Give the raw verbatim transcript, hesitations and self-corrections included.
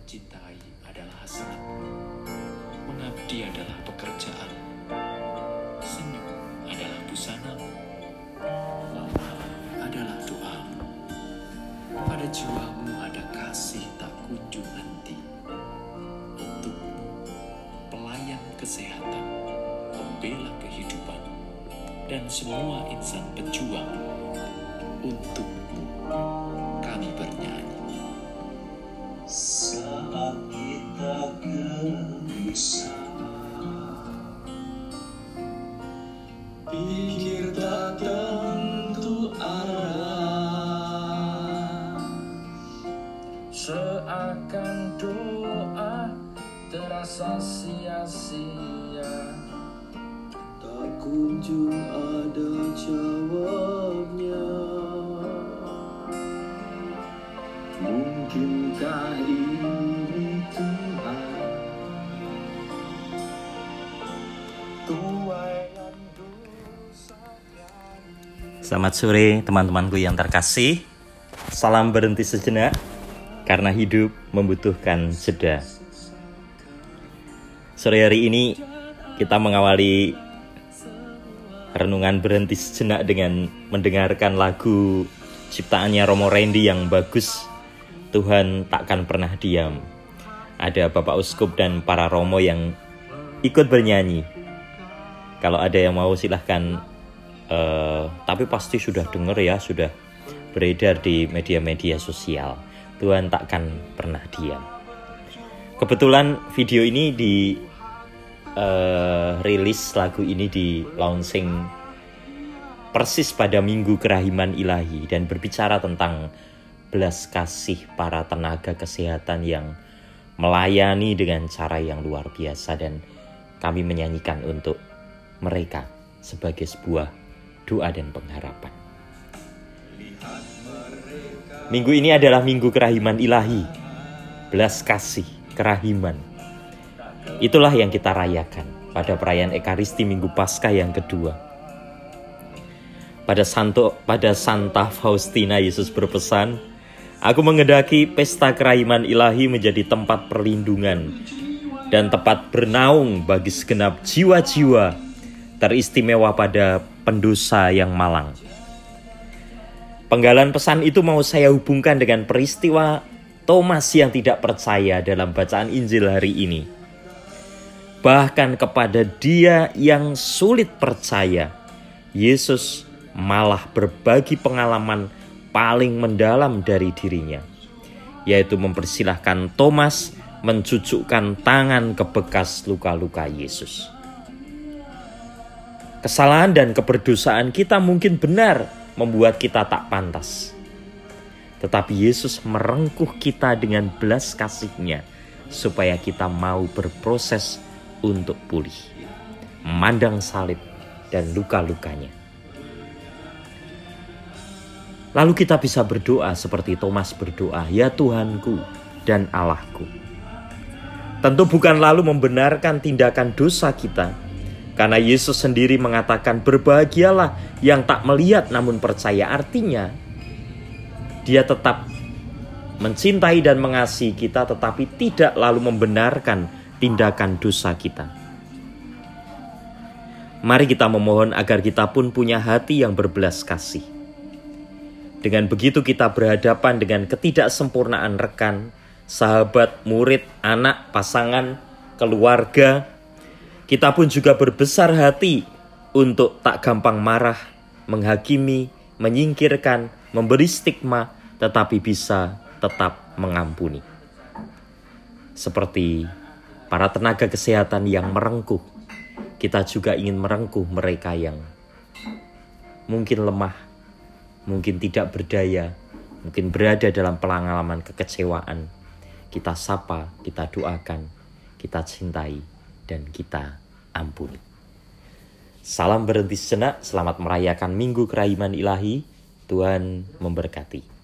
mencintai adalah hasrat, mengabdi adalah pekerjaan, senyum adalah busana, lelah adalah doamu. Pada jiwamu ada kasih tak kunjung henti. Untukmu, pelayan kesehatan, pembela kehidupan, dan semua insan pejuang, untukmu kami bernyanyi. Saat kita gelisah, pikir tak tentu arah, seakan doa terasa sia-sia, tak kunjung ada jawabnya. Mungkinkah ini Tuhan tuaian dosa kami? Selamat sore teman-temanku yang terkasih. Salam berhenti sejenak, karena hidup membutuhkan jeda. Sore hari ini kita mengawali renungan berhenti sejenak dengan mendengarkan lagu ciptaannya Romo Randy yang bagus, Tuhan takkan pernah diam. Ada Bapak Uskup dan para Romo yang ikut bernyanyi. Kalau ada yang mau silahkan, uh, tapi pasti sudah dengar ya, sudah beredar di media-media sosial. Tuhan takkan pernah diam. Kebetulan video ini di uh, rilis lagu ini di launching persis pada Minggu Kerahiman Ilahi dan berbicara tentang belas kasih para tenaga kesehatan yang melayani dengan cara yang luar biasa, dan kami menyanyikan untuk mereka sebagai sebuah doa dan pengharapan. Minggu ini adalah Minggu Kerahiman Ilahi, belas kasih, kerahiman. Itulah yang kita rayakan pada perayaan Ekaristi Minggu Paskah yang kedua. Pada Santo, pada Santa Faustina Yesus berpesan, "Aku menghendaki pesta kerahiman ilahi menjadi tempat perlindungan dan tempat bernaung bagi segenap jiwa-jiwa teristimewa pada pendosa yang malang." Penggalan pesan itu mau saya hubungkan dengan peristiwa Thomas yang tidak percaya dalam bacaan Injil hari ini. Bahkan kepada dia yang sulit percaya, Yesus malah berbagi pengalaman paling mendalam dari dirinya, yaitu mempersilahkan Thomas mencucukkan tangan ke bekas luka-luka Yesus. Kesalahan dan keberdosaan kita mungkin benar membuat kita tak pantas, tetapi Yesus merengkuh kita dengan belas kasih-Nya supaya kita mau berproses untuk pulih, memandang salib dan luka-lukanya. Lalu kita bisa berdoa seperti Thomas berdoa, "Ya Tuhanku dan Allahku." Tentu bukan lalu membenarkan tindakan dosa kita, karena Yesus sendiri mengatakan, "Berbahagialah yang tak melihat namun percaya." Artinya, Dia tetap mencintai dan mengasihi kita, tetapi tidak lalu membenarkan tindakan dosa kita. Mari kita memohon agar kita pun punya hati yang berbelas kasih. Dengan begitu kita berhadapan dengan ketidaksempurnaan rekan, sahabat, murid, anak, pasangan, keluarga. Kita pun juga berbesar hati untuk tak gampang marah, menghakimi, menyingkirkan, memberi stigma, tetapi bisa tetap mengampuni. Seperti para tenaga kesehatan yang merengkuh, kita juga ingin merengkuh mereka yang mungkin lemah, mungkin tidak berdaya, mungkin berada dalam pengalaman kekecewaan. Kita sapa, kita doakan, kita cintai, dan kita ampuni. Salam berhenti sejenak, selamat merayakan Minggu Kerahiman Ilahi. Tuhan memberkati.